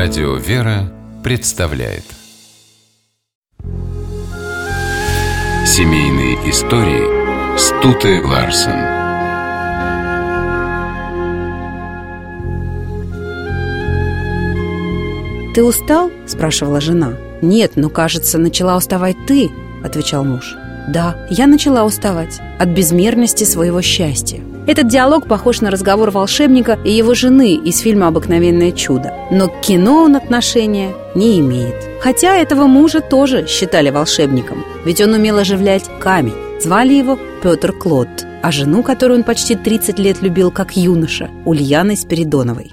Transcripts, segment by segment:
Радио «Вера» представляет Семейные истории Стуте Ларсен. «Ты устал?» – спрашивала жена. «Нет, но, кажется, начала уставать ты», – отвечал муж. «Да, я начала уставать от безмерности своего счастья». Этот диалог похож на разговор волшебника и его жены из фильма «Обыкновенное чудо». Но к кино он отношения не имеет. Хотя этого мужа тоже считали волшебником, ведь он умел оживлять камень. Звали его Петр Клод, а жену, которую он почти 30 лет любил как юноша, Ульяной Спиридоновой.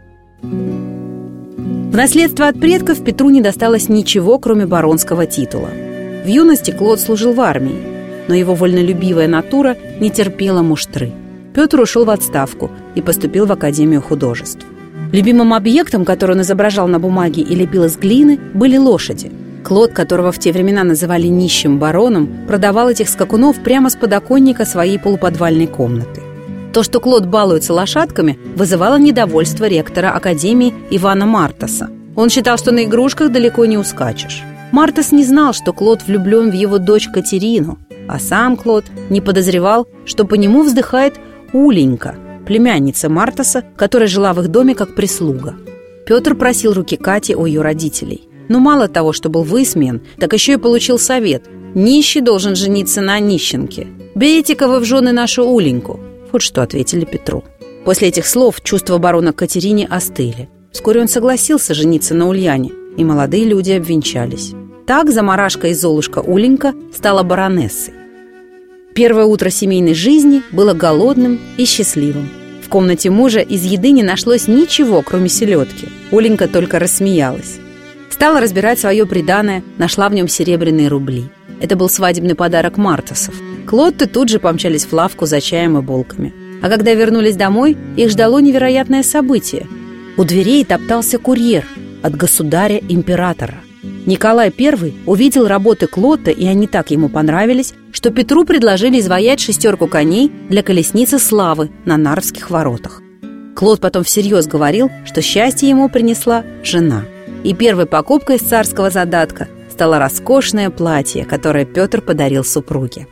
В наследство от предков Петру не досталось ничего, кроме баронского титула. В юности Клод служил в армии, но его вольнолюбивая натура не терпела муштры. Петр ушел в отставку и поступил в Академию художеств. Любимым объектом, который он изображал на бумаге и лепил из глины, были лошади. Клод, которого в те времена называли нищим бароном, продавал этих скакунов прямо с подоконника своей полуподвальной комнаты. То, что Клод балуется лошадками, вызывало недовольство ректора Академии Ивана Мартаса. Он считал, что на игрушках далеко не ускачешь. Мартас не знал, что Клод влюблен в его дочь Катерину, а сам Клод не подозревал, что по нему вздыхает Уленька, племянница Мартаса, которая жила в их доме как прислуга. Петр просил руки Кати у ее родителей. Но мало того, что был высмеян, так еще и получил совет: нищий должен жениться на нищенке. «Берите-ка вы в жены нашу Уленьку». Вот что ответили Петру. После этих слов чувства барона к Катерине остыли. Вскоре он согласился жениться на Ульяне, и молодые люди обвенчались. Так замарашка и Золушка Уленька стала баронессой. Первое утро семейной жизни было голодным и счастливым. В комнате мужа из еды не нашлось ничего, кроме селедки. Оленька только рассмеялась. Стала разбирать свое приданое, нашла в нем серебряные рубли. Это был свадебный подарок Мартасов. Клодты тут же помчались в лавку за чаем и булками. А когда вернулись домой, их ждало невероятное событие. У дверей топтался курьер от государя-императора. Николай I увидел работы Клодта, и они так ему понравились, что Петру предложили изваять 6 коней для колесницы славы на Нарвских воротах. Клод потом всерьез говорил, что счастье ему принесла жена. И первой покупкой из царского задатка стало роскошное платье, которое Петр подарил супруге.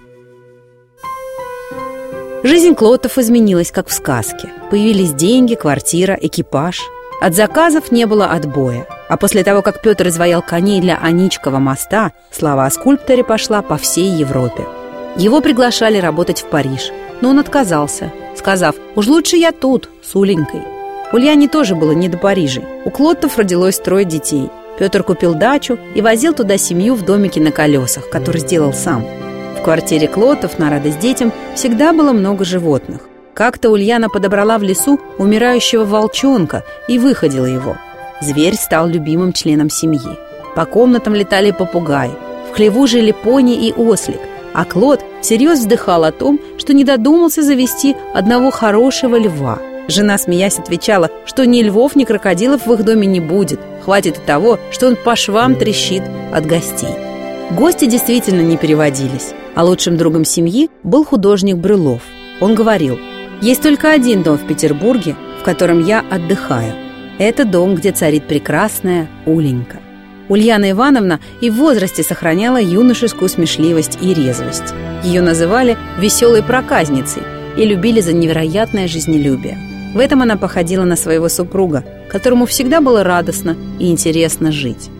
Жизнь Клодтов изменилась, как в сказке. Появились деньги, квартира, экипаж. От заказов не было отбоя. А после того, как Петр изваял коней для Аничкова моста, слава о скульпторе пошла по всей Европе. Его приглашали работать в Париж, но он отказался, сказав: «Уж лучше я тут, с Уленькой». Ульяне тоже было не до Парижа. У Клодтов родилось 3 детей. Петр купил дачу и возил туда семью в домике на колесах, который сделал сам. В квартире Клодтов на радость детям всегда было много животных. Как-то Ульяна подобрала в лесу умирающего волчонка и выходила его. Зверь стал любимым членом семьи. По комнатам летали попугаи, в хлеву жили пони и ослик, а Клод всерьез вздыхал о том, что не додумался завести одного хорошего льва. Жена, смеясь, отвечала, что ни львов, ни крокодилов в их доме не будет. Хватит и того, что он по швам трещит от гостей. Гости действительно не переводились, а лучшим другом семьи был художник Брюлов. Он говорил: «Есть только один дом в Петербурге, в котором я отдыхаю. Это дом, где царит прекрасная Уленька». Ульяна Ивановна и в возрасте сохраняла юношескую смешливость и резвость. Ее называли «веселой проказницей» и любили за невероятное жизнелюбие. В этом она походила на своего супруга, которому всегда было радостно и интересно жить.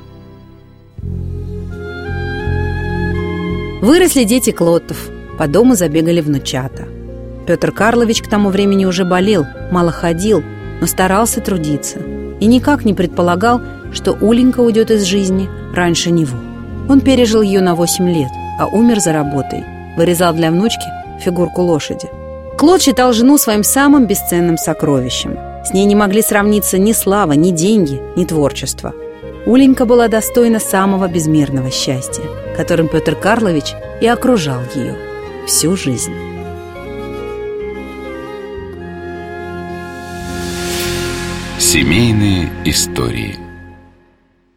Выросли дети Клодтов, по дому забегали внучата. Петр Карлович к тому времени уже болел, мало ходил, но старался трудиться и никак не предполагал, что Уленька уйдет из жизни раньше него. Он пережил ее на 8 лет, а умер за работой, вырезал для внучки фигурку лошади. Клод считал жену своим самым бесценным сокровищем. С ней не могли сравниться ни слава, ни деньги, ни творчество. Уленька была достойна самого безмерного счастья, которым Петр Карлович и окружал ее всю жизнь. Семейные истории.